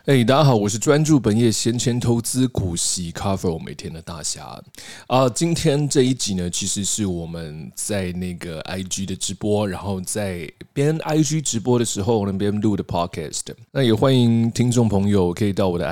大家好，我是专注本业闲钱投资股息 cover 每天的大侠今天这一集呢，其实是我们在那个 IG 的直播，然后在边 IG 直播的时候呢，边录的 podcast。那也欢迎听众朋友可以到我的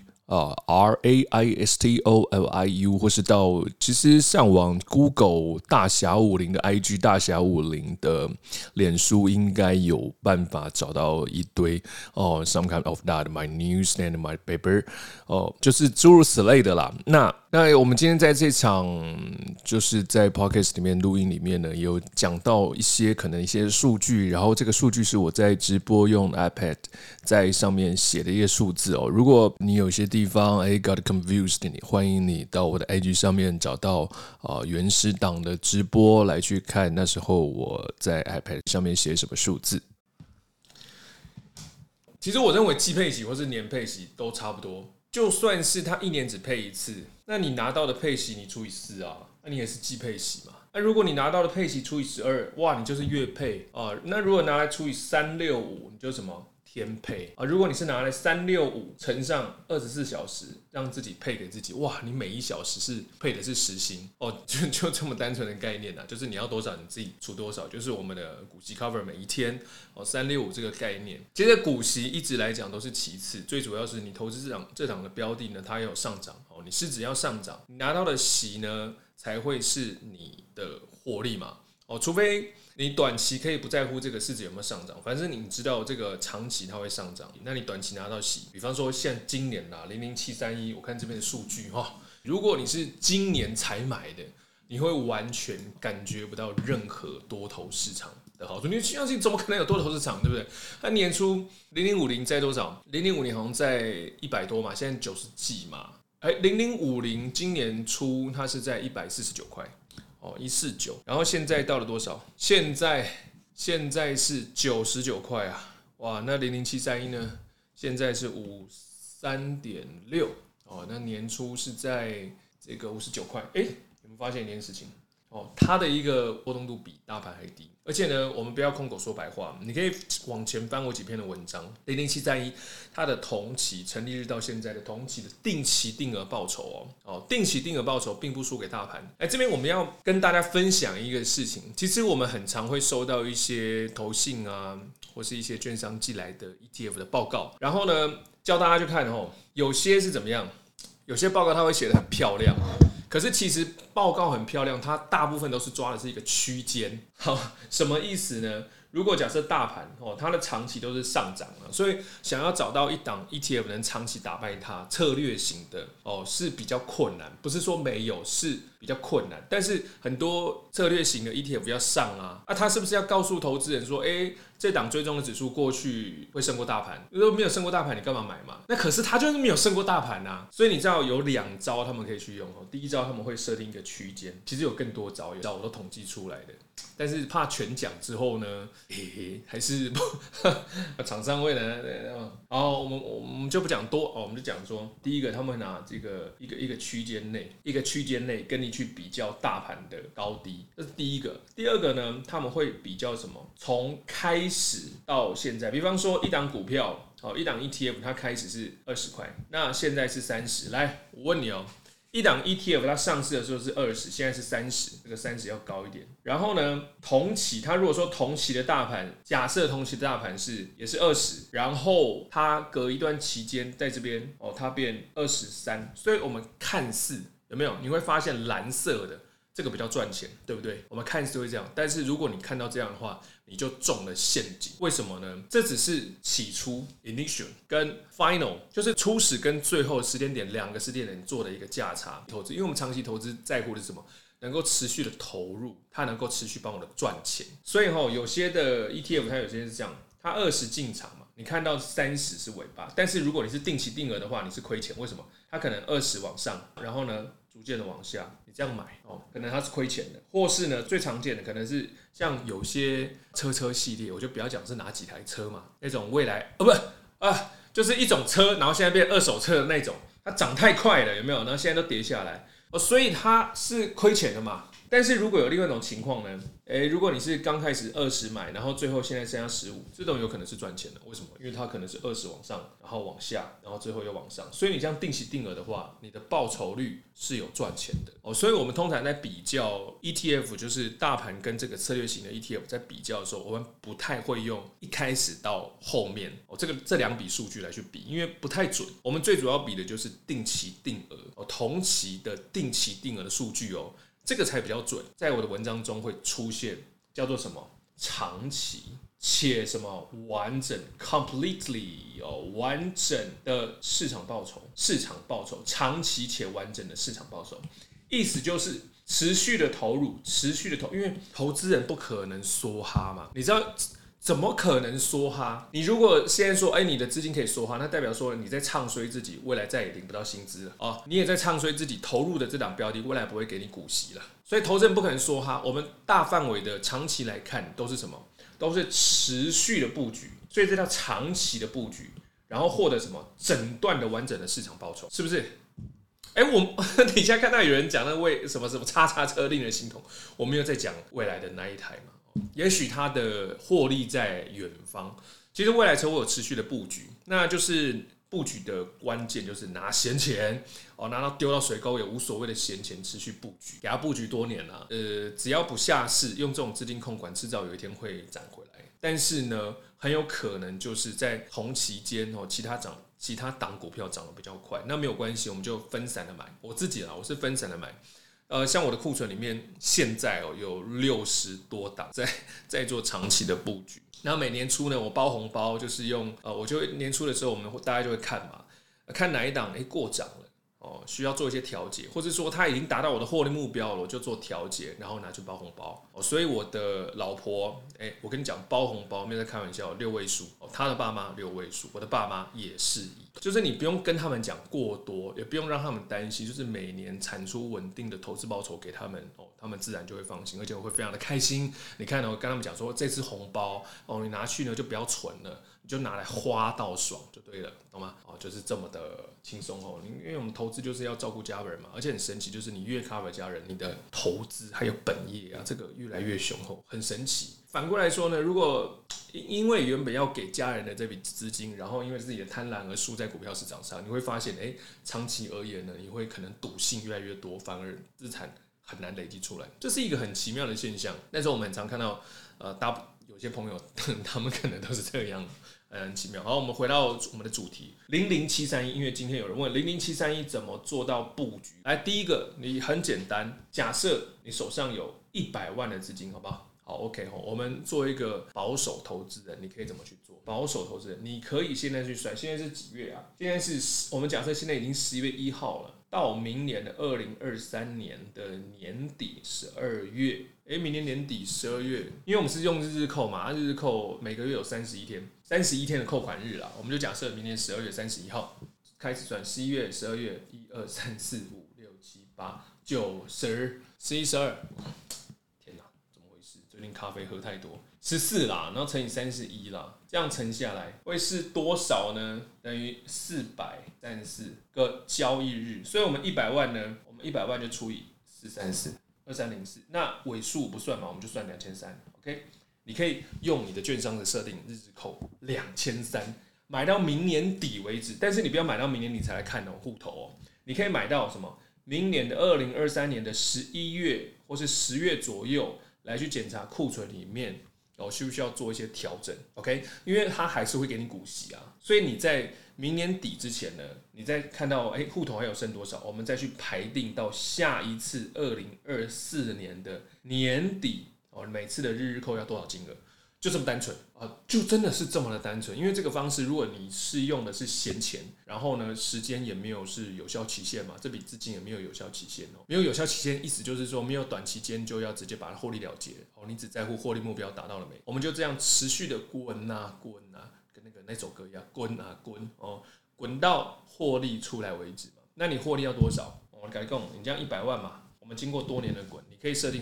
IG。RAISTOLIU 或是到其实上网 Google 大侠50的 IG 大侠50的脸书应该有办法找到一堆some kind of that my news and my paper 就是诸如此类的啦。那我们今天在这场就是在 podcast 里面录音里面呢，有讲到一些可能一些数据，然后这个数据是我在直播用 iPad 在上面写的一些数字如果你有些地方got confused， 欢迎你到我的 IG 上面找到原始档的直播来去看那时候我在 iPad 上面写什么数字。其实我认为季配息或是年配息都差不多，就算是他一年只配一次，那你拿到的配息你除以4那你也是季配息嘛。那如果你拿到的配息除以12，哇，你就是月配那如果拿来除以365，你就什么？天配如果你是拿来365乘上24小时，让自己配给自己，哇，你每1小时是配的是时薪就这么单纯的概念就是你要多少你自己出多少，就是我们的股息 cover 每一天365这个概念。其实股息一直来讲都是其次，最主要是你投资这档的标的呢，它要有上涨你市值要上涨，你拿到的息呢才会是你的获利嘛除非你短期可以不在乎这个市值有没有上涨，反正你知道这个长期它会上涨，那你短期拿到息，比方说像今年00731，我看这边的数据如果你是今年才买的，你会完全感觉不到任何多头市场的好处。你相信怎么可能有多头市场，对不对？它年初0050在多少？0050好像在100多嘛，现在90几嘛。0050今年初它是在149块。149，然后现在到了多少？现在是99块哇，那00731呢？现在是53.6那年初是在这个59块。有没有发现一件事情？它的一个波动度比大盘还低，而且呢，我们不要空口说白话，你可以往前翻我几篇的文章。00731它的同期成立日到现在的同期的定期定额报酬定期定额报酬并不输给大盘。这边我们要跟大家分享一个事情，其实我们很常会收到一些投信或是一些券商寄来的 ETF 的报告，然后呢，教大家去看有些是怎么样，有些报告它会写得很漂亮。可是其实报告很漂亮，它大部分都是抓的是一个区间。什么意思呢？如果假设大盘它的长期都是上涨所以想要找到一档 ETF 能长期打败它，策略型的是比较困难，不是说没有，是比较困难。但是很多策略型的 ETF 要上它是不是要告诉投资人说，这档追踪的指数过去会胜过大盘？如果没有胜过大盘，你干嘛买嘛？那可是它就是没有胜过大盘所以你知道有2招他们可以去用第一招他们会设定一个区间，其实有更多招，我都统计出来的。但是怕全讲之后呢，还是厂商会呢，我们就不讲多我们就讲说，第一个他们拿这个一个区间内跟你去比较大盘的高低，这是第一个。第二个呢，他们会比较什么？从开始到现在，比方说一档股票一档 ETF 它开始是20块，那现在是30。来，我问你一档 ETF 它上市的时候是20，现在是30，这个30要高一点。然后呢，同期它如果说同期的大盘，假设同期的大盘也是20，然后它隔一段期间在这边它变23，所以我们看似有没有你会发现蓝色的这个比较赚钱，对不对？我们看似会这样，但是如果你看到这样的话，你就中了陷阱。为什么呢？这只是起初 initial 跟 final， 就是初始跟最后时间点2个时间点做的一个价差投资。因为我们长期投资在乎的是什么？能够持续的投入，它能够持续帮我的赚钱。所以有些的 ETF 它有些是这样，它20进场嘛，你看到30是尾巴，但是如果你是定期定额的话，你是亏钱。为什么？它可能20往上，然后呢逐渐的往下，你这样买可能它是亏钱的。或是呢最常见的可能是像有些车系列，我就不要讲是哪几台车嘛，那种未来就是一种车，然后现在变2手车的那种，它涨太快了，有没有？然后现在都跌下来所以它是亏钱的嘛。 但是如果有另外一种情况呢？如果你是刚开始20买，然后最后现在剩下15，这种有可能是赚钱的。为什么？因为它可能是20往上，然后往下，然后最后又往上。所以你这样定期定额的话，你的报酬率是有赚钱的哦。所以我们通常在比较 ETF， 就是大盘跟这个策略型的 ETF 在比较的时候，我们不太会用一开始到后面哦这两笔数据来去比，因为不太准。我们最主要比的就是定期定额哦，同期的定期定额的数据哦。这个才比较准，在我的文章中会出现叫做什么长期且什么完整 completely 完整的市场报酬，长期且完整的市场报酬，意思就是持续的投入，因为投资人不可能梭哈嘛，你知道。怎么可能梭哈？你如果现在说，你的资金可以梭哈，那代表说你在唱衰自己，未来再也领不到薪资了哦。你也在唱衰自己投入的这档标的，未来不会给你股息了。所以投资人不可能梭哈。我们大范围的长期来看，都是什么？都是持续的布局，所以这叫长期的布局，然后获得什么整段的完整的市场报酬，是不是？你现在看到有人讲那为什么叉叉车令人心痛，我没有在讲未来的那一台嘛。也许它的获利在远方，其实未来车我有持续的布局，那就是布局的关键就是拿闲钱拿到丢到水沟也无所谓的闲钱持续布局，给它布局多年了只要不下市，用这种资金控管，迟早有一天会涨回来。但是呢，很有可能就是在同期间其他档股票涨得比较快，那没有关系，我们就分散的买。我自己我是分散的买。像我的库存里面，现在有60多档在做长期的布局。然后每年初呢，我包红包就是用我就年初的时候，我们大家就会看嘛，看哪一档过涨了需要做一些调节，或者说它已经达到我的获利目标了，我就做调节，然后拿去包红包所以我的老婆我跟你讲，包红包没有在开玩笑，6位数她的爸妈6位数，我的爸妈也是就是你不用跟他们讲过多，也不用让他们担心，就是每年产出稳定的投资报酬给他们他们自然就会放心，而且我会非常的开心。你看跟他们讲说，这次红包你拿去呢就不要存了，你就拿来花到爽就对了，懂吗？就是这么的轻松因为我们投资就是要照顾家人嘛，而且很神奇，就是你越 cover 家人，你的投资还有本业这个越来越雄厚，很神奇。反过来说呢，如果因为原本要给家人的这笔资金，然后因为自己的贪婪而输在股票市场上，你会发现长期而言呢，你会可能赌性越来越多，反而资产很难累积出来，这是一个很奇妙的现象。那时候我们很常看到有些朋友他们可能都是这样很奇妙。好，我们回到我们的主题00731，因为今天有人问00731怎么做到布局。来，第一个你很简单，假设你手上有100万的资金，好不好？好 ，OK 我们做一个保守投资人，你可以怎么去做？保守投资人，你可以现在去算，现在是几月啊？现在是我们假设现在已经11月1号了，到明年的2023年的年底12月，明年年底12月，因为我们是用日扣嘛，日扣每个月有31天，31天的扣款日啦，我们就假设明年12月31号开始算，11月、12月1、2、3、4、5、6、7、8、9、10、11、12。最近咖啡喝太多，14啦，然后乘以31啦，这样乘下来会是多少呢？等于434个交易日。所以我们100万呢，我们100万就除以434，2304。那尾数不算嘛，我们就算2300。OK， 你可以用你的券商的设定，日扣2300，买到明年底为止。但是你不要买到明年底才来看户头你可以买到什么？明年的2023年的11月或是10月左右。来去检查库存里面需不需要做一些调整 ，OK？ 因为它还是会给你股息所以你在明年底之前呢，你再看到户头还有剩多少，我们再去排定到下一次2024年的年底每次的日扣要多少金额，就这么单纯就真的是这么的单纯。因为这个方式，如果你是用的是闲钱，然后呢时间也没有是有效期限嘛，这笔资金也没有有效期限没有有效期限，意思就是说没有短期间就要直接把它获利了结你只在乎获利目标达到了没，我们就这样持续的滚跟那首歌一样滚滚到获利出来为止嘛。那你获利要多少？我跟你讲，你这样100万嘛，我们经过多年的滚，你可以设定什么？你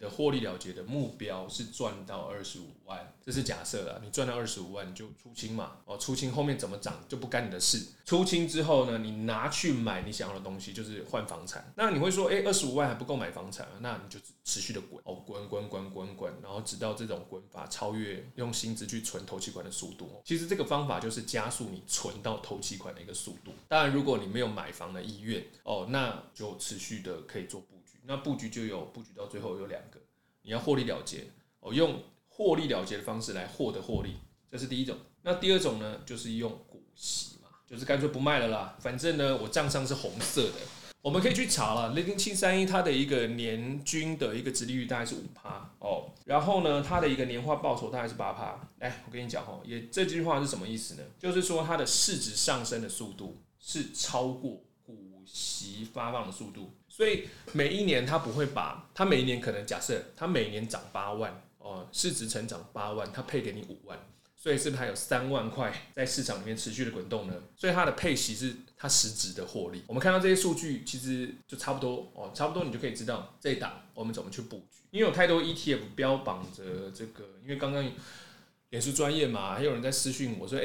的获利了结的目标是赚到25万，这是假设啦，你赚到25万你就出清嘛，出清后面怎么涨就不干你的事。出清之后呢，你拿去买你想要的东西，就是换房产。那你会说，25万还不够买房产啊？那你就持续的滚，然后直到这种滚法超越用薪资去存头期款的速度。其实这个方法就是加速你存到头期款的一个速度。当然，如果你没有买房的意愿那就持续的可以做布局。那布局到最后有2个，你要获利了结用获利了结的方式来获得获利，这是第一种。那第二种呢，就是用股息嘛，就是干脆不卖了啦，反正呢我账上是红色的。我们可以去查了，00731它的一个年均的一个殖利率大概是5%然后呢，它的一个年化报酬大概是8%。我跟你讲这句话是什么意思呢？就是说它的市值上升的速度是超过股息发放的速度，所以每一年它不会把它每一年可能假设它每年涨8万市值成长8万，它配给你5万。所以是不是还有3万块在市场里面持续的滚动呢？所以它的配息是它实质的获利。我们看到这些数据，其实就差不多差不多你就可以知道这一档我们怎么去布局。因为有太多 ETF 标榜着这个，因为刚刚脸书专业嘛，还有人在私讯我说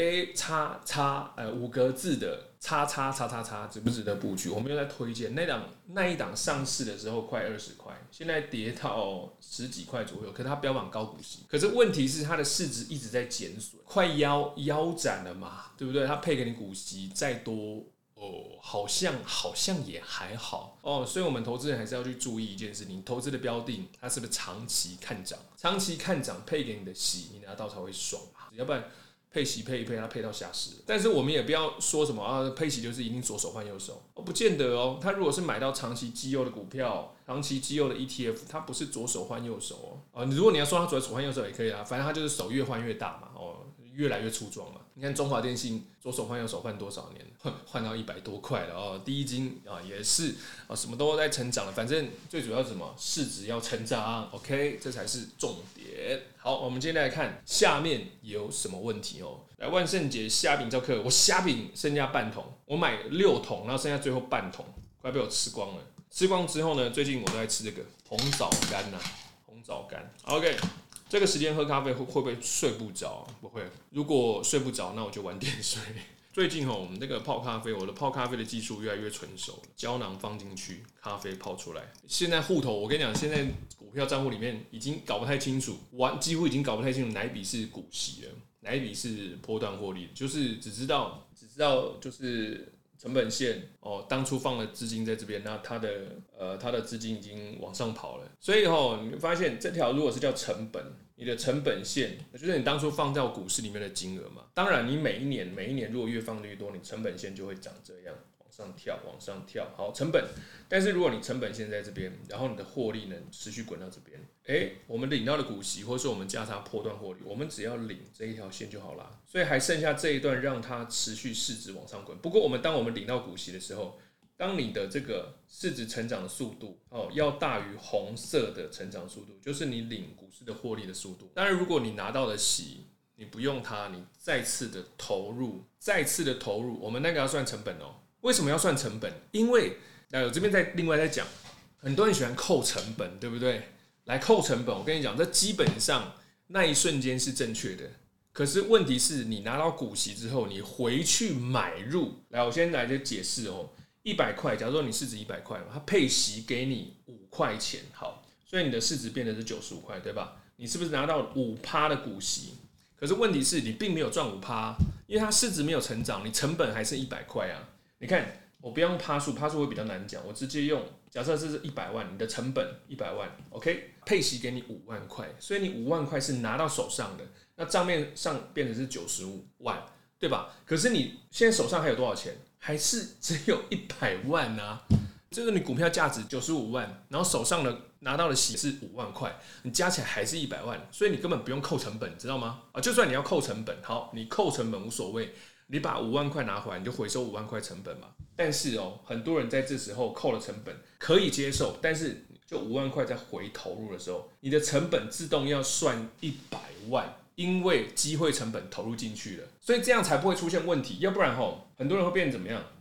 5个字的值不值得布局？我们又在推荐那一档上市的时候快20块，现在跌到10几块左右，可是它标榜高股息，可是问题是它的市值一直在减损，快腰斩了嘛，对不对？它配给你股息再多好像也还好所以我们投资人还是要去注意一件事，你投资的标的它是不是长期看涨？长期看涨配给你的息，你拿到才会爽嘛，要不然配息配一配，它配到下市了。但是我们也不要说什么配息就是一定左手换右手不见得他如果是买到长期绩优的股票、长期绩优的 ETF， 它不是左手换右手如果你要说它左手换右手也可以反正它就是手越换越大嘛越来越粗壮嘛。你看中华电信左手换右手换多少年？换到100多块了第一金也是什么都在成长了。反正最主要是什么？市值要成长 ，OK， 这才是重点。好，我们今天来看下面有什么问题来，万圣节虾饼教课，我虾饼剩下半桶，我买6桶，然后剩下最后半桶，快被我吃光了。吃光之后呢，最近我都在吃这个红枣干红枣干。OK。这个时间喝咖啡会不会睡不着？不会。如果睡不着，那我就晚点睡。最近我们这个泡咖啡，我的泡咖啡的技术越来越纯熟了。胶囊放进去，咖啡泡出来。现在户头，我跟你讲，现在股票账户里面已经搞不太清楚，几乎已经搞不太清楚哪一笔是股息了，哪一笔是波段获利，就是只知道就是成本线当初放了资金在这边，那它的资金已经往上跑了，所以你会发现这条如果是叫成本，你的成本线就是你当初放在股市里面的金额嘛。当然，你每一年如果越放越多，你成本线就会长这样。往上跳，好成本。但是如果你成本线在这边，然后你的获利能持续滚到这边，我们领到的股息，或者说我们价差波段获利，我们只要领这一条线就好啦。所以还剩下这一段让它持续市值往上滚。不过当我们领到股息的时候，当你的这个市值成长的速度要大于红色的成长速度，就是你领股市的获利的速度。当然，如果你拿到的息，你不用它，你再次的投入，我们那个要算成本为什么要算成本？因为我这边另外再讲，很多人喜欢扣成本，对不对？来扣成本，我跟你讲，这基本上那一瞬间是正确的。可是问题是你拿到股息之后，你回去买入，来，我先来解释100块，假如说你市值100块，它配息给你5块钱，好，所以你的市值变成是95块，对吧？你是不是拿到5%的股息？可是问题是你并没有赚5%，因为它市值没有成长，你成本还是100块啊。你看，我不要用趴数会比较难讲，我直接用假设这是100万，你的成本100万 ，OK， 配息给你5万块，所以你5万块是拿到手上的，那账面上变成是95万，对吧？可是你现在手上还有多少钱？还是只有100万啊？就是你股票价值95万，然后手上的拿到的息是5万块，你加起来还是100万，所以你根本不用扣成本，知道吗？就算你要扣成本，好，你扣成本无所谓。你把5万块拿回来，你就回收5万块成本嘛。但是很多人在这时候扣了成本可以接受，但是就5万块再回投入的时候，你的成本自动要算100万，因为机会成本投入进去了，所以这样才不会出现问题。要不然很多人会变成怎么样？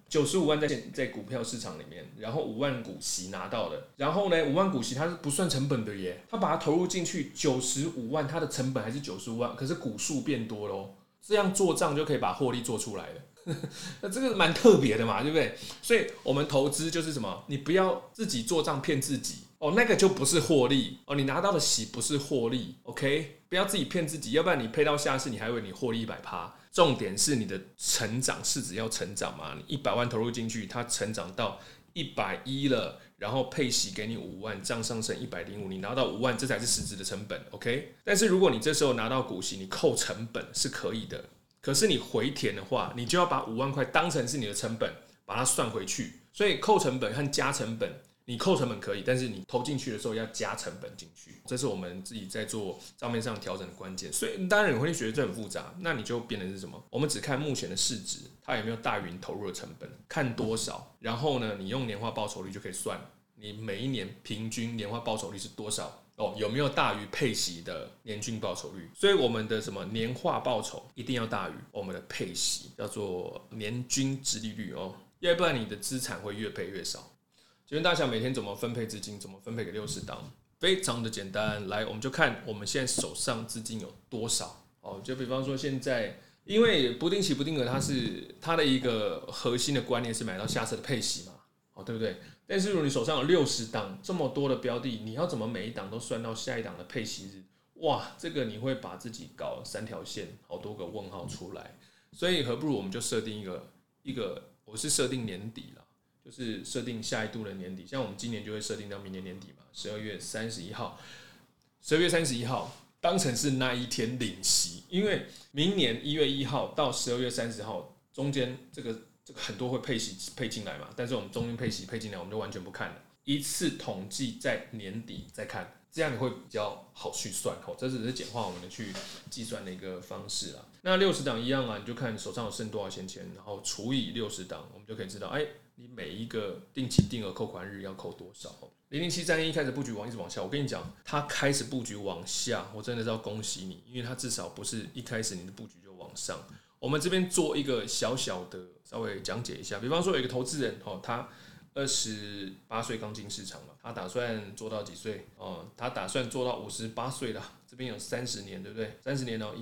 95万在股票市场里面，然后5万股息拿到的，然后呢5万股息它是不算成本的耶，他把它投入进去95万，它的成本还是95万，可是股数变多咯，这样做账就可以把获利做出来了。那这个蛮特别的嘛，对不对？所以我们投资就是什么，你不要自己做账骗自己哦，那个就不是获利哦，你拿到的息不是获利 ，OK？ 不要自己骗自己，要不然你配到下市，你还以为你获利100%。重点是你的成长，市值要成长嘛，你100万投入进去，它成长到110了，然后配息给你5万，账上剩105，你拿到5万，这才是实质的成本 ，OK？ 但是如果你这时候拿到股息，你扣成本是可以的。可是你回填的话，你就要把5万块当成是你的成本，把它算回去。所以扣成本和加成本，你扣成本可以，但是你投进去的时候要加成本进去，这是我们自己在做账面上调整的关键。所以当然你会觉得这很复杂，那你就变成是什么？我们只看目前的市值，它有没有大于你投入的成本，看多少，然后呢，你用年化报酬率就可以算你每一年平均年化报酬率是多少。有没有大于配息的年均报酬率？所以我们的什么年化报酬一定要大于我们的配息，叫做年均殖利率哦，要不然你的资产会越配越少。请问大家每天怎么分配资金？怎么分配给60档？非常的简单，来我们就看我们现在手上资金有多少哦。就比方说现在，因为不定期不定额，它的一个核心的观念是买到下次的配息嘛，哦，对不对？但是如果你手上有60档这么多的标的，你要怎么每一档都算到下一档的配息日？哇，这个你会把自己搞3条线，好多个问号出来。所以何不如我们就设定一个，我是设定年底啦，就是设定下一度的年底，像我们今年就会设定到明年年底嘛，12月31号，12月31号当成是那一天领息，因为明年1月1号到12月30号中间这个很多会配息配进来嘛，但是我们中间配息配进来，我们就完全不看了，一次统计在年底再看，这样你会比较好去算哦。这只是简化我们的去计算的一个方式啦。那60档一样啊，你就看手上有剩多少闲钱，然后除以60档，我们就可以知道，你每一个定期定额扣款日要扣多少。0073一开始布局一直往下，我跟你讲，它开始布局往下，我真的是要恭喜你，因为它至少不是一开始你的布局就往上。我们这边做一个小小的稍微讲解一下，比方说有一个投资人他28岁刚进市场嘛，他打算做到几岁？他打算做到58岁啦。这边有30年，对不对？30年哦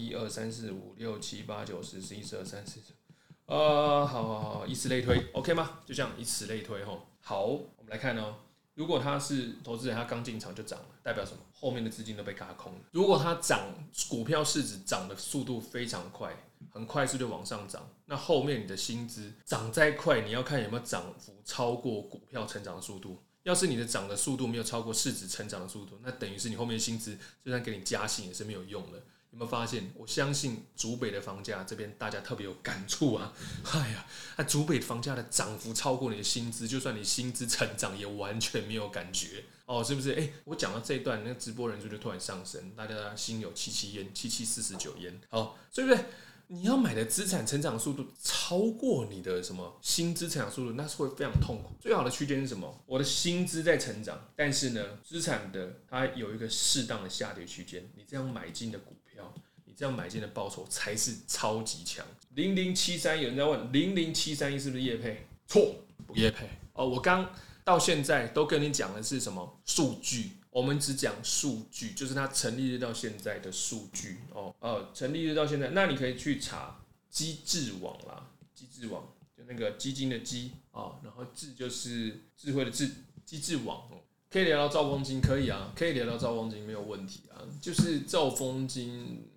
，1、2、3、4、5、6、7、8、9、10、11、12、13、14。好，以此类推 ，OK 吗？就这样以此类推哈。好，我们来看哦。如果他是投资人，他刚进场就涨了，代表什么？后面的资金都被軋空了。如果他股票市值涨的速度非常快，很快速就往上涨，那后面你的薪资涨再快，你要看有没有涨幅超过股票成长的速度。要是你的涨的速度没有超过市值成长的速度，那等于是你后面的薪资就算给你加薪也是没有用的。有没有发现？我相信竹北的房价这边大家特别有感触啊！竹北房价的涨幅超过你的薪资，就算你薪资成长也完全没有感觉哦，是不是？我讲到这一段，那个直播人数就突然上升，大家心有戚焉，7749焉。好，所以你要买的资产成长速度超过你的什么薪资成长速度，那是会非常痛苦。最好的区间是什么？我的薪资在成长，但是呢，资产的它有一个适当的下跌区间，你这样买进的股票，你这样买进的报酬才是超级强。0073有人在问，00731是不是业配？错，不业配哦。我刚到现在都跟你讲的是什么数据？我们只讲数据，就是它成立日到现在的数据哦。成立日到现在，那你可以去查机智网啦，机智网就那个基金的基啊，然后智就是智慧的智，机智网哦。可以聊到兆丰金，可以啊，可以聊到兆丰金没有问题啊。就是兆丰金，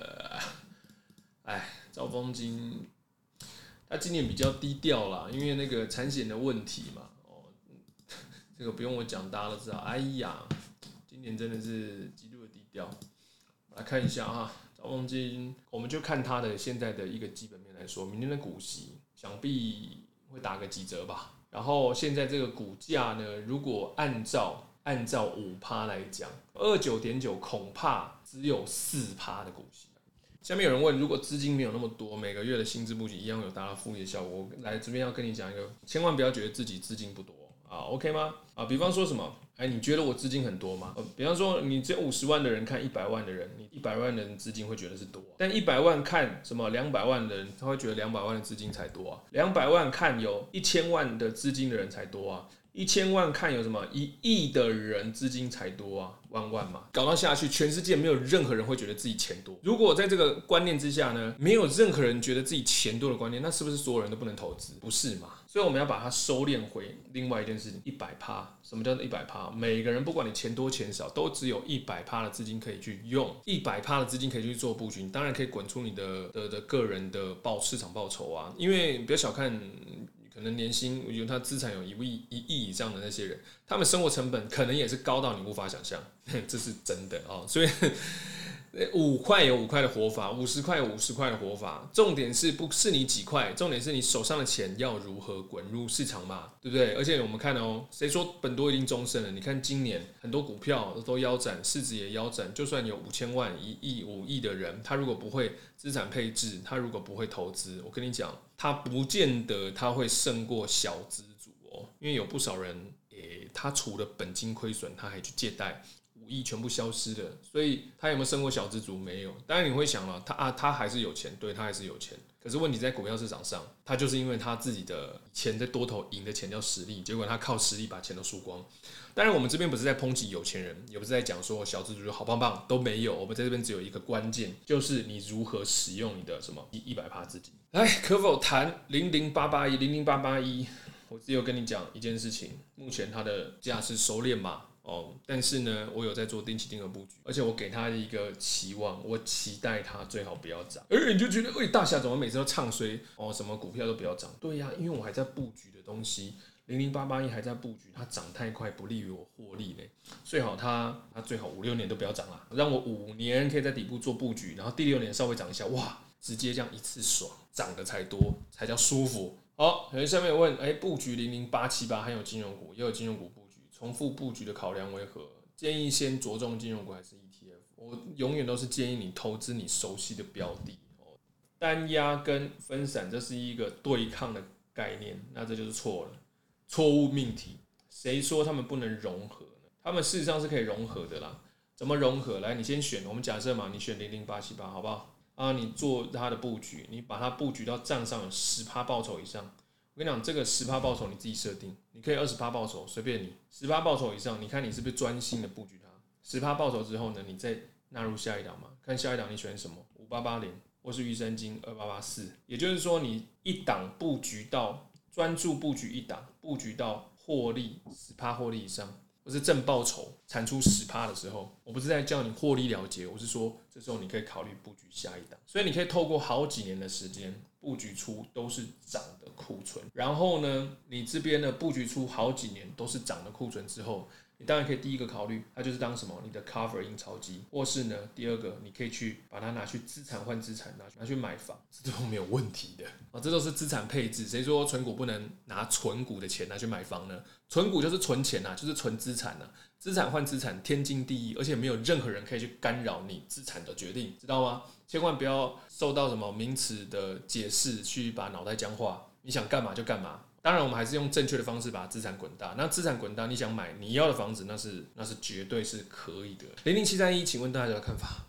兆丰金，它今年比较低调啦，因为那个产险的问题嘛。这个不用我讲，大家都知道。今年真的是极度的低调。来看一下啊，兆丰金，我们就看它的现在的一个基本面来说，明年的股息想必会打个几折吧。然后现在这个股价呢，如果按照5%来讲，29.9恐怕只有4%的股息。下面有人问，如果资金没有那么多，每个月的薪资布局一样有达到复利的效果。我来这边要跟你讲一个，千万不要觉得自己资金不多 OK 吗？比方说什么？你觉得我资金很多吗？比方说你这50万的人看100万的人，你100万的人资金会觉得是多，但100万看什么200万的人，他会觉得200万的资金才多200万看有1000万的资金的人才多1000万看有什么1亿的人资金才多万嘛，搞到下去，全世界没有任何人会觉得自己钱多。如果在这个观念之下呢，没有任何人觉得自己钱多的观念，那是不是所有人都不能投资？不是嘛？所以我们要把它收敛回另外一件事情，100%。什么叫做100%？每个人不管你钱多钱少，都只有100%的资金可以去用，100%的资金可以去做布局，你当然可以滚出你的个人的市场报酬因为不要小看。可能年薪，我觉得他资产有1亿以上的那些人，他们生活成本可能也是高到你无法想象，这是真的所以5块有5块的活法，50块有50块的活法。重点是不是你几块，重点是你手上的钱要如何滚入市场嘛，对不对？而且我们看谁说本多一定终身了？你看今年很多股票都腰斩，市值也腰斩。就算有5000万、1亿、5亿的人，他如果不会资产配置，他如果不会投资，我跟你讲，他不见得他会胜过小资族因为有不少人，他除了本金亏损，他还去借贷。5亿全部消失了，所以他有没有胜过小资族？没有。当然你会想了，他还是有钱，对他还是有钱。可是问题在股票市场上，他就是因为他自己的钱在多头赢的钱叫实力，结果他靠实力把钱都输光。当然我们这边不是在抨击有钱人，也不是在讲说小资族好棒棒，都没有。我们在这边只有一个关键，就是你如何使用你的什么100%资金。来，可否谈00881？我只有跟你讲一件事情，目前它的价是收敛嘛。但是呢，我有在做定期定额布局，而且我给他一个期望，我期待他最好不要涨。你就觉得，大侠怎么每次都唱衰什么股票都不要涨？对呀，因为我还在布局的东西，00881还在布局，它涨太快不利于我获利嘞。最好它最好5-6年都不要涨啦，让我5年可以在底部做布局，然后第6年稍微涨一下，哇，直接这样一次爽，涨的才多，才叫舒服。好，下面有问，布局00878还有金融股，也有金融股布局。重复布局的考量为何？建议先着重金融股还是 ETF？ 我永远都是建议你投资你熟悉的标的。单压跟分散这是一个对抗的概念，那这就是错了，错误命题。谁说他们不能融合呢？他们事实上是可以融合的啦。怎么融合？来，你先选，我们假设嘛，你选00878，好不好？你做它的布局，你把它布局到账上有10%报酬以上。我跟你讲，这个10%报酬你自己设定，你可以20%报酬，随便你。10%报酬以上，你看你是不是专心的布局它？10%报酬之后呢，你再纳入下一档嘛？看下一档你选什么？5880或是玉山金2884，也就是说你一档布局到专注布局一档，布局到获利10%获利以上，或是正报酬产出10%的时候，我不是在叫你获利了结，我是说这时候你可以考虑布局下一档。所以你可以透过好几年的时间布局出都是涨的库存，然后呢，你这边的布局出好几年都是涨的库存之后，你当然可以第一个考虑，它就是当什么你的 cover 印钞机，或是呢，第二个你可以去把它拿去资产换资产，拿去买房，这都没有问题的这都是资产配置。谁说存股不能拿存股的钱拿去买房呢？存股就是存钱就是存资产资产换资产天经地义，而且没有任何人可以去干扰你资产的决定，知道吗？千万不要受到什么名词的解释去把脑袋僵化，你想干嘛就干嘛。当然，我们还是用正确的方式把资产滚大。那资产滚大，你想买你要的房子，那是绝对是可以的。00731，请问大家的看法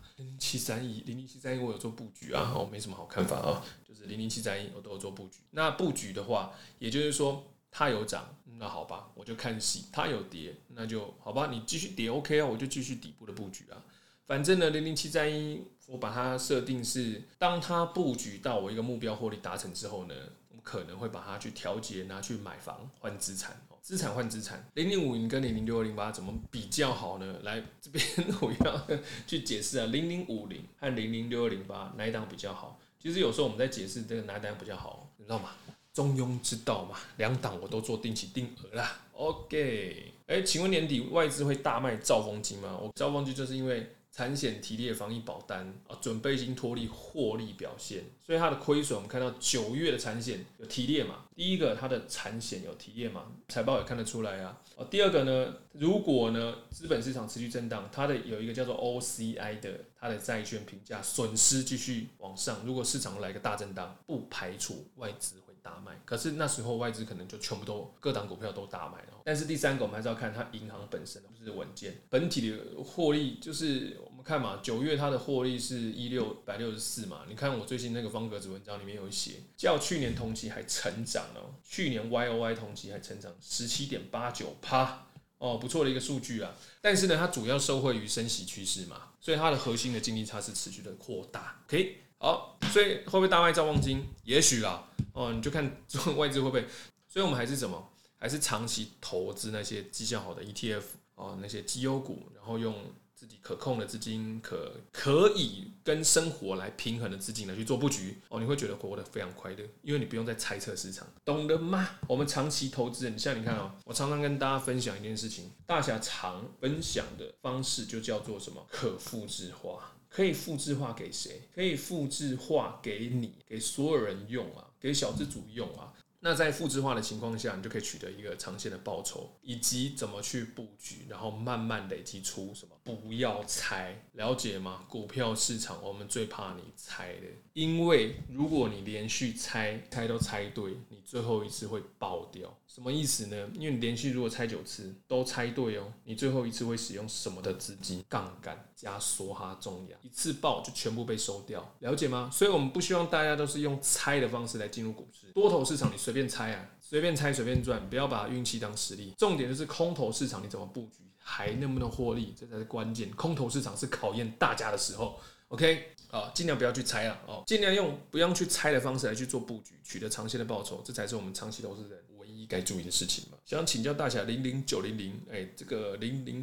？00731，我有做布局没什么好看法就是00731我都有做布局。那布局的话，也就是说它有涨，那好吧，我就看戏；它有跌，那就好吧，你继续跌 OK 我就继续底部的布局反正呢，00731我把它设定是，当它布局到我一个目标获利达成之后呢，我可能会把它去调节，拿去买房换资产，资产换资产。0050跟00628怎么比较好呢？来这边我要去解释0050和00628哪一档比较好？其实有时候我们在解释这个哪一档比较好，你知道吗？中庸之道嘛，2档我都做定期定额啦。OK， 请问年底外资会大卖兆丰金吗？兆丰金就是因为产险提列防疫保单准备金脱离获利表现，所以它的亏损我们看到9月的产险有提列嘛，第一个它的产险有提列嘛，财报也看得出来第二个呢，如果呢资本市场持续震荡，它的有一个叫做 OCI 的，它的债券评价损失继续往上，如果市场来个大震荡，不排除外资会大卖，可是那时候外资可能就全部都各档股票都大卖了。但是第三个我们还是要看它银行本身是不是稳健，本体的获利就是我们看嘛，9月它的获利是164嘛，你看我最近那个方格子文章里面有写，较去年同期还成长哦，去年 YOY 同期还成长17.89%。不错的一个数据啊，但是呢，它主要受惠于升息趋势嘛，所以它的核心的净利差是持续的扩大。OK， 好，所以会不会大卖兆旺金？也许啦，你就看外资会不会，所以我们还是什么，还是长期投资那些绩效好的 ETF 那些绩优股，然后用自己可控的资金，可以跟生活来平衡的资金来去做布局你会觉得活得非常快乐，因为你不用再猜测市场，懂得吗？我们长期投资人，像你看我常常跟大家分享一件事情，大侠常分享的方式就叫做什么？可复制化。可以复制化给谁？可以复制化给你，给所有人用啊，给小资主用啊。那在复制化的情况下，你就可以取得一个长线的报酬，以及怎么去布局，然后慢慢累积出什么？不要猜，了解吗？股票市场我们最怕你猜的，因为如果你连续猜都猜对，你最后一次会爆掉。什么意思呢？因为你连续如果猜9次都猜对你最后一次会使用什么的资金？杠杆加梭哈重压，一次爆就全部被收掉，了解吗？所以我们不希望大家都是用猜的方式来进入股市，多头市场你随便猜啊，随便猜随便赚，不要把运气当实力。重点就是空头市场你怎么布局，还能不能获利，这才是关键。空头市场是考验大家的时候 ，OK， 尽量不要去猜了尽量用不用去猜的方式来去做布局，取得长线的报酬，这才是我们长期投资人唯一该注意的事情嘛。想请教大侠00900，这个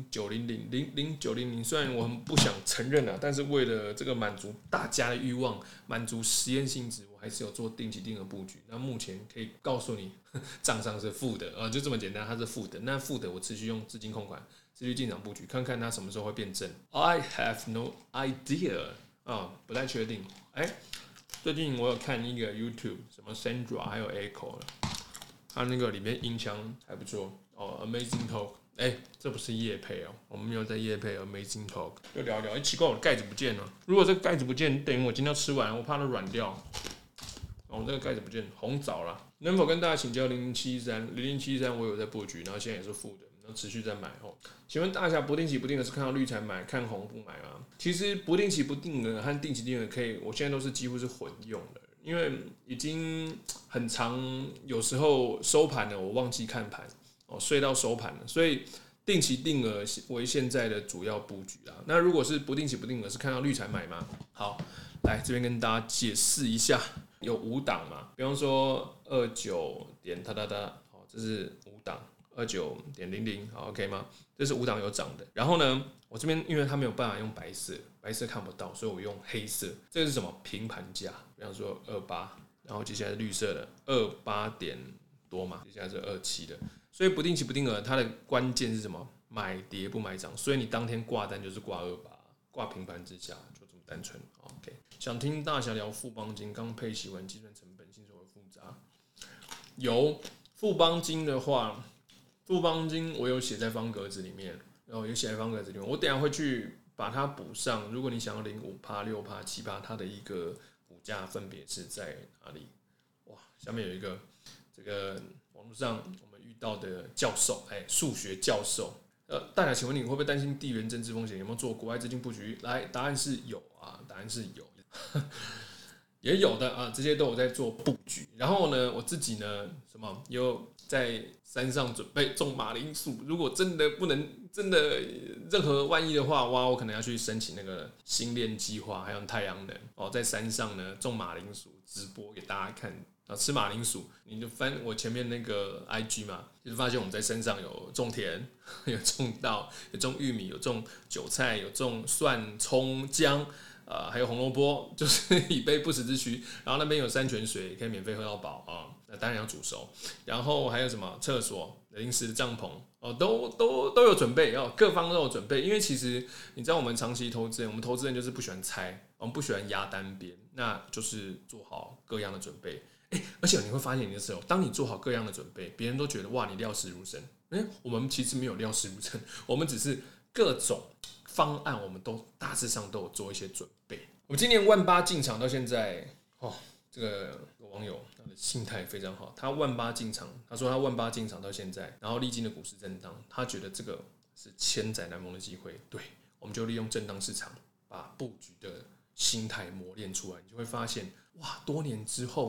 00900，虽然我很不想承认但是为了这个满足大家的欲望，满足实验性质，我还是有做定期定额布局。那目前可以告诉你，账上是负的就这么简单，它是负的。那负的我持续用资金控管，持续进场布局，看看它什么时候会变正。I have no idea 不太确定。最近我有看一个 YouTube， 什么 Sandra 还有 Echo 它那个里面音箱还不错Amazing Talk。这不是业配我们没有在业配 Amazing Talk， 就聊聊。奇怪，我的盖子不见了。如果这个盖子不见，等于我今天要吃完，我怕它软掉。这个盖子不见，红枣啦。能否跟大家请教0073？0073我有在布局，然后现在也是负的，然后持续在买请问大侠不定期不定额是看到绿才买，看红不买吗？其实不定期不定额和定期定额可以，我现在都是几乎是混用的。因为已经很长，有时候收盘了，我忘记看盘睡到收盘了，所以定期定额为现在的主要布局啦。那如果是不定期不定额，是看到绿才买吗？好，来这边跟大家解释一下，有5档嘛，比方说29点这是5档，29.00，好 OK 吗？这是5档有涨的。然后呢，我这边因为它没有办法用白色看不到，所以我用黑色。这个是什么？平盘价，比方说28，然后接下来是绿色的28点多嘛，接下来是27的。所以不定期不定额，它的关键是什么？买跌不买涨，所以你当天挂单就是挂28，挂平盘之下，就这么单纯。OK， 想听大侠聊富邦金，刚配息完计算成本，薪水会复杂。有富邦金的话，富邦金我有写在方格子里面，有写在方格子里面，我等一下会去把它补上。如果你想要领5%、6%、7%，它的一个股价分别是在哪里？哇，下面有一个这个网络上我们遇到的教授，数学教授。大家请问你会不会担心地缘政治风险？有没有做国外资金布局？来，答案是有答案是有，也有的这些都有在做布局。然后呢，我自己呢，有在山上准备种马铃薯。如果真的任何万一的话，我可能要去申请那个星链计划，还有太阳能在山上呢种马铃薯，直播给大家看。吃马铃薯，你就翻我前面那个 IG 嘛，就是发现我们在山上有种田，有种稻，有种玉米，有种韭菜，有种蒜、葱、姜，还有红萝卜，就是以备不时之需。然后那边有山泉水，可以免费喝到饱那当然要煮熟。然后还有什么厕所、临时的帐篷都有准备，各方都有准备。因为其实你知道，我们长期投资人，我们投资人就是不喜欢猜，我们不喜欢压单边，那就是做好各样的准备。而且你会发现的时候，当你做好各样的准备，别人都觉得哇，你料事如神。我们其实没有料事如神，我们只是各种方案，我们都大致上都有做一些准备。我们今年18000进场到现在，这个网友他的心态非常好，他18000进场，他说他18000进场到现在，然后历经了股市震荡，他觉得这个是千载难逢的机会。对，我们就利用震荡市场把布局的心态磨练出来，你就会发现，哇，多年之后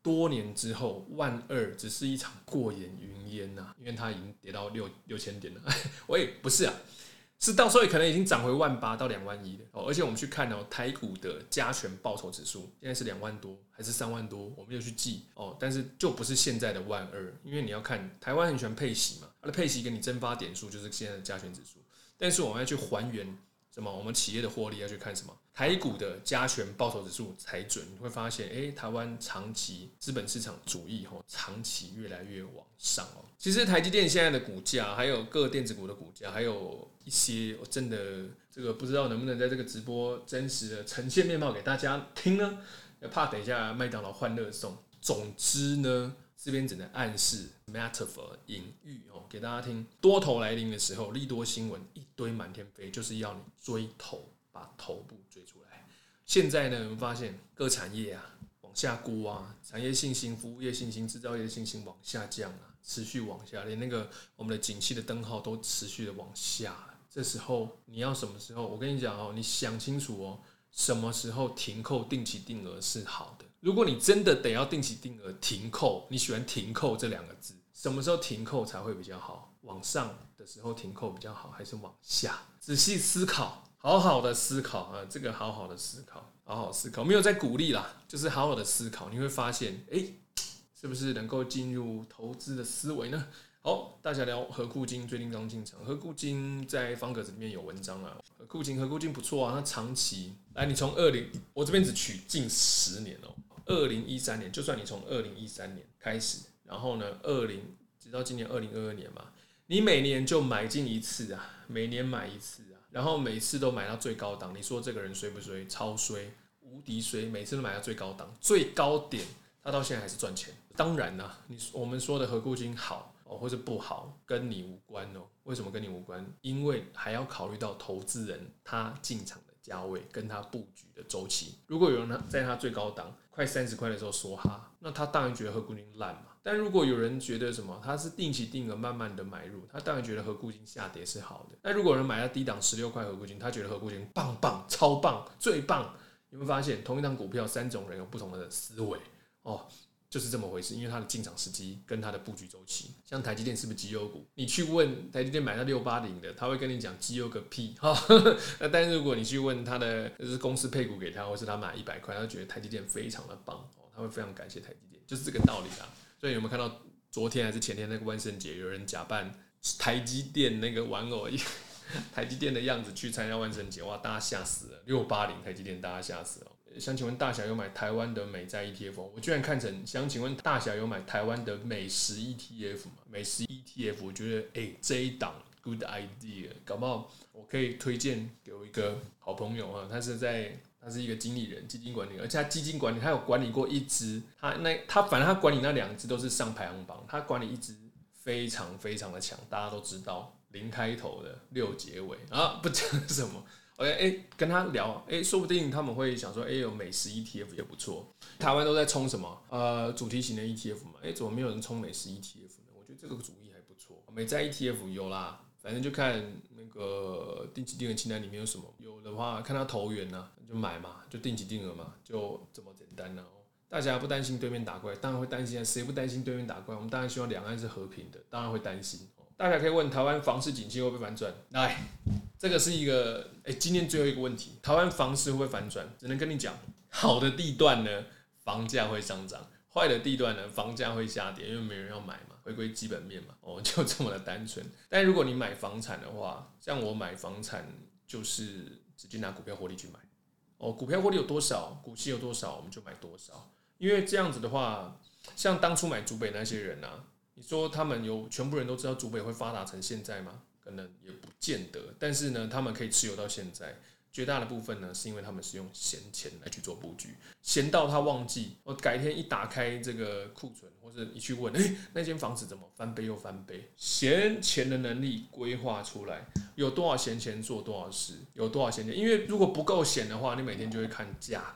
，12000只是一场过眼云烟呐，因为它已经跌到6000点了。喂，不是啊，是到时候可能已经涨回18000到21000了哦。而且我们去看哦，台股的加权报酬指数现在是2万多还是3万多，我们就去记哦。但是就不是现在的12000，因为你要看台湾很喜欢配息嘛，它的配息给你蒸发点数就是现在的加权指数，但是我们要去还原。什么？我们企业的获利要去看什么？台股的加权报酬指数才准。你会发现，台湾长期资本市场主义长期越来越往上哦。其实台积电现在的股价，还有各电子股的股价，还有一些真的这个不知道能不能在这个直播真实的呈现面貌给大家听呢？怕等一下麦当劳欢乐送。总之呢。这边只能暗示 metaphor 隐喻给大家听。多头来临的时候，利多新闻一堆满天飞，就是要你追头，把头部追出来。现在呢，我们发现各产业啊往下估啊，产业信心、服务业信心、制造业的信心往下降啊，持续往下，连那个我们的景气的灯号都持续的往下。这时候你要什么时候？我跟你讲你想清楚什么时候停扣定期定额是好的？如果你真的得要定期定额停扣，你喜欢停扣这2个字，什么时候停扣才会比较好？往上的时候停扣比较好，还是往下？仔细思考，好好的思考啊！这个好好的思考，好好思考，没有在鼓励啦，就是好好的思考，你会发现，是不是能够进入投资的思维呢？好，大家聊合库金最近刚进场，合库金在方格子里面有文章啊。合库金不错啊，它长期来，你从我这边只取近10年2013年，就算你从2013年开始，然后呢直到今年2022年嘛，你每年就买进一次啊，每年买一次啊，然后每次都买到最高档，你说这个人衰不衰？超衰，无敌衰，每次都买到最高档，最高点，他到现在还是赚钱。当然啦，我们说的合库金好。或者不好，跟你无关为什么跟你无关？因为还要考虑到投资人他进场的价位跟他布局的周期。如果有人在他最高档快30块的时候说哈，那他当然觉得合库金烂嘛。但如果有人觉得什么，他是定期定额慢慢的买入，他当然觉得合库金下跌是好的。那如果有人买到低档16块合库金，他觉得合库金棒棒、超棒、最棒。你会发现，同一档股票3种人有不同的思维就是这么回事，因为它的进场时机跟它的布局周期，像台积电是不是绩优股？你去问台积电买到680的，他会跟你讲绩优个屁那但是如果你去问他的就是公司配股给他，或是他买100块，他觉得台积电非常的棒他会非常感谢台积电，就是这个道理啦。所以有没有看到昨天还是前天那个万圣节，有人假扮台积电那个玩偶台积电的样子去参加万圣节，哇，大家吓死了！680台积电，大家吓死了。想请问大侠有买台湾的美债 ETF 我居然看成想请问大侠有买台湾的美食 ETF 吗？美食 ETF 我觉得这一档 good idea， 搞不好我可以推荐给我一个好朋友他是一个经理人，基金管理，而且他基金管理他有管理过一支，他反正他管理那2支都是上排行榜，他管理一支非常非常的强，大家都知道0开头的6结尾啊，不讲什么。跟他聊，说不定他们会想说，有美食 ETF 也不错。台湾都在冲什么？主题型的 ETF 嘛，怎么没有人冲美食 ETF 呢？我觉得这个主意还不错。美债 ETF 有啦，反正就看那个定期定额清单里面有什么，有的话看他投缘就买嘛，就定期定额嘛，就这么简单大家不担心对面打怪，当然会担心啊，谁不担心对面打怪？我们当然希望两岸是和平的，当然会担心。大家可以问台湾房市景气会不会反转？来，这个是一个今天最后一个问题，台湾房市会不会反转？只能跟你讲，好的地段呢，房价会上涨；坏的地段呢，房价会下跌，因为没人要买嘛，回归基本面嘛，就这么的单纯。但如果你买房产的话，像我买房产就是直接拿股票获利去买，股票获利有多少，股息有多少，我们就买多少。因为这样子的话，像当初买竹北那些人你说他们全部人都知道竹北会发达成现在吗？可能也不见得，但是呢，他们可以持有到现在，绝大的部分呢，是因为他们是用闲钱来去做布局，闲到他忘记，我改天一打开这个库存，或者一去问，那间房子怎么翻倍又翻倍？闲钱的能力规划出来，有多少闲钱做多少事，有多少闲钱，因为如果不够闲的话，你每天就会看价格。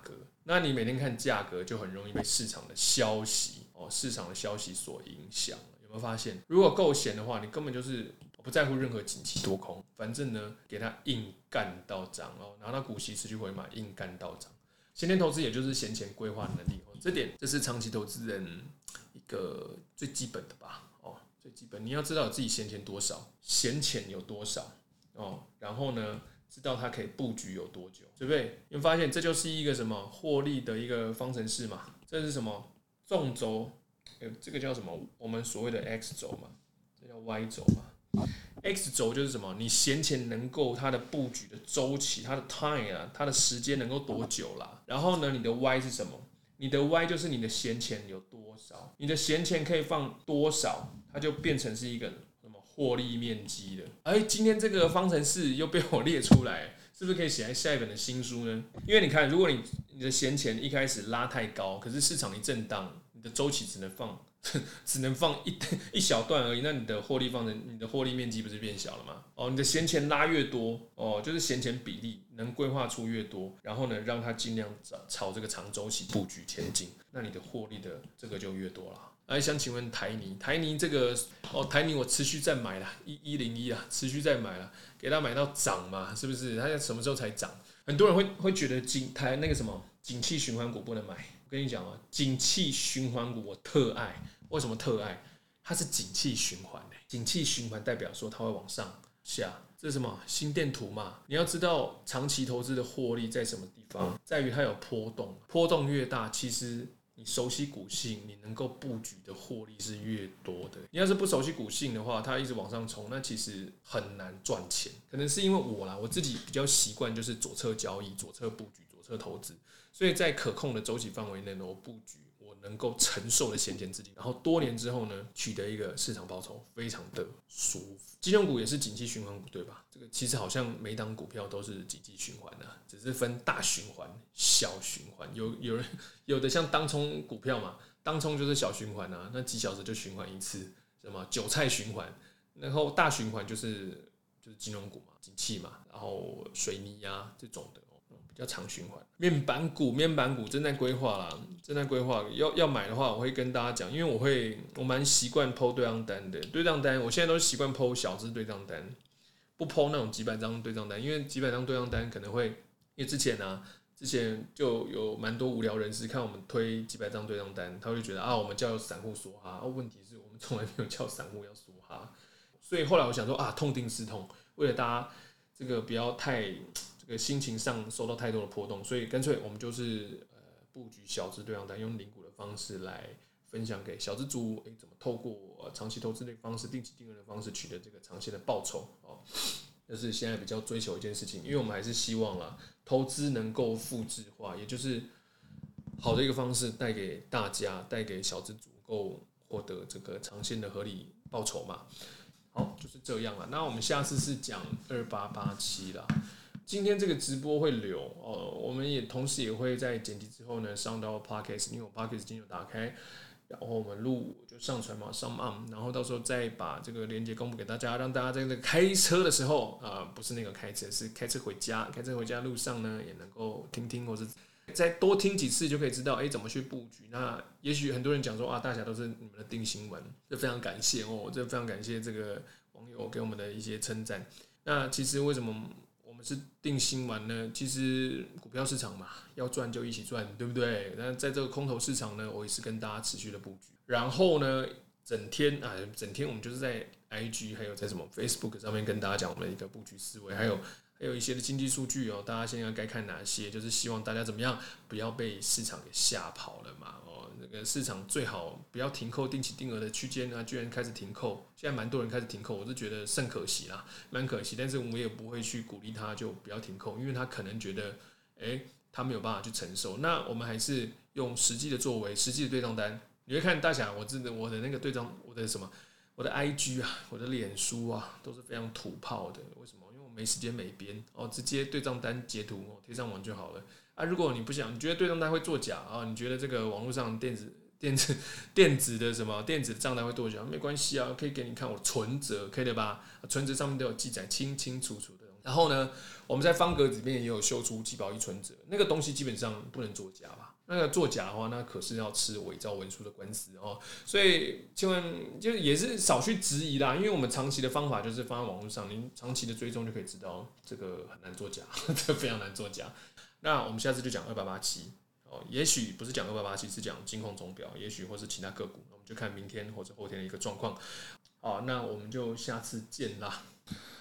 那你每天看价格，就很容易被市场的消息所影响。有没有发现？如果够闲的话，你根本就是不在乎任何景气多空，反正呢，给它硬干到涨哦，拿到股息持续回买，硬干到涨。闲钱投资也就是闲钱规划能力，这是长期投资人一个最基本的吧，最基本你要知道自己闲钱多少，闲钱有多少然后呢，知道它可以布局有多久，对不对？你会发现这就是一个什么获利的一个方程式嘛？这是什么纵轴？这个叫什么？我们所谓的 X 轴嘛，这叫 Y 轴嘛。X 轴就是什么？你闲钱能够它的布局的周期，它的 time 啊，它的时间能够多久啦？然后呢，你的 Y 是什么？你的 Y 就是你的闲钱有多少，你的闲钱可以放多少，它就变成是一个什么获利面积的。今天这个方程式又被我列出来，是不是可以写在下一本的新书呢？因为你看，如果你的闲钱一开始拉太高，可是市场一震荡，你的周期只能放一小段而已，那你的获利面积不是变小了吗？你的闲钱拉越多，就是闲钱比例能规划出越多，然后呢，让它尽量朝这个长周期布局前进，那你的获利的这个就越多了。想请问台泥这个台泥我持续在买啦，1101啦，持续在买啦，给它买到涨嘛，是不是？它什么时候才涨？很多人会觉得那个什么景气循环股不能买。我跟你讲景气循环股我特爱。为什么特爱？它是景气循环景气循环代表说它会往上下，这是什么心电图嘛？你要知道长期投资的获利在什么地方，在于它有波动，波动越大，其实你熟悉股性，你能够布局的获利是越多的。你要是不熟悉股性的话，它一直往上冲，那其实很难赚钱。可能是因为我自己比较习惯就是左侧交易、左侧布局、左侧投资，所以在可控的周期范围内呢，我布局能够承受的闲钱资金，然后多年之后呢，取得一个市场报酬，非常的舒服。金融股也是景气循环股，对吧？这个其实好像每档股票都是景气循环只是分大循环、小循环。有的像当冲股票嘛，当冲就是小循环那几小时就循环一次，什么韭菜循环，然后大循环就是金融股嘛，景气嘛，然后水泥这种的。比较长循环，面板股正在规划啦，要买的话，我会跟大家讲，因为我蛮习惯 po 对账单的，对账单我现在都习惯 po 小支对账单，不 po 那种几百张对账单，因为几百张对账单可能会，因为之前就有蛮多无聊人士看我们推几百张对账单，他会觉得我们叫散户梭哈，问题是我们从来没有叫散户要梭哈，所以后来我想说痛定思痛，为了大家这个不要太。这个心情上受到太多的波动，所以干脆我们就是布局小支对账单，用零股的方式来分享给小资族，怎么透过长期投资的方式、定期定额的方式取得这个长期的报酬这是现在比较追求一件事情，因为我们还是希望投资能够复制化，也就是好的一个方式带给大家、带给小资族够获得这个长线的合理报酬嘛。好，就是这样了。那我们下次是讲2887啦。今天这个直播会留我们也同时也会在剪辑之后呢上到 Podcast， 因为我 Podcast 已经有打开，然后我们录就上传嘛上岸，然后到时候再把这个连结公布给大家，让大家在这个开车的时候不是那个开车，是开车回家路上呢也能够听听，或是再多听几次就可以知道怎么去布局。那也许很多人讲说大侠都是你们的定心丸，这非常感谢这非常感谢这个网友给我们的一些称赞。那其实为什么我们是定心丸呢？其实股票市场嘛，要赚就一起赚，对不对？那在这个空头市场呢，我也是跟大家持续的布局。然后呢，整天我们就是在 IG 还有在什么 Facebook 上面跟大家讲我们的一个布局思维，还有一些的经济数据大家现在该看哪些？就是希望大家怎么样，不要被市场给吓跑了嘛。那个市场最好不要停扣定期定额的区间居然开始停扣，现在蛮多人开始停扣，我是觉得甚可惜啦，蛮可惜。但是我们也不会去鼓励他就不要停扣，因为他可能觉得，他没有办法去承受。那我们还是用实际的作为，实际的对账单。你会看大侠，我的那个对账，我的 IG 我的脸书都是非常土炮的。为什么？因为我没时间美编直接对账单截图贴上网就好了。如果你不想，你觉得对账单会作假你觉得这个网络上电子的什么电子账单会作假，没关系可以给你看我存折，可以的吧？存折上面都有记载清清楚楚的东然后呢，我们在方格子里面也有秀出集保一存折，那个东西基本上不能作假吧？那个作假的话，那可是要吃伪造文书的官司哦。所以千万就也是少去质疑啦，因为我们长期的方法就是放在网络上，您长期的追踪就可以知道这个很难作假，这非常难作假。那我们下次就讲2887哦，也许不是讲2887，是讲金控钟表，也许或是其他个股，我们就看明天或者后天的一个状况。好，那我们就下次见啦。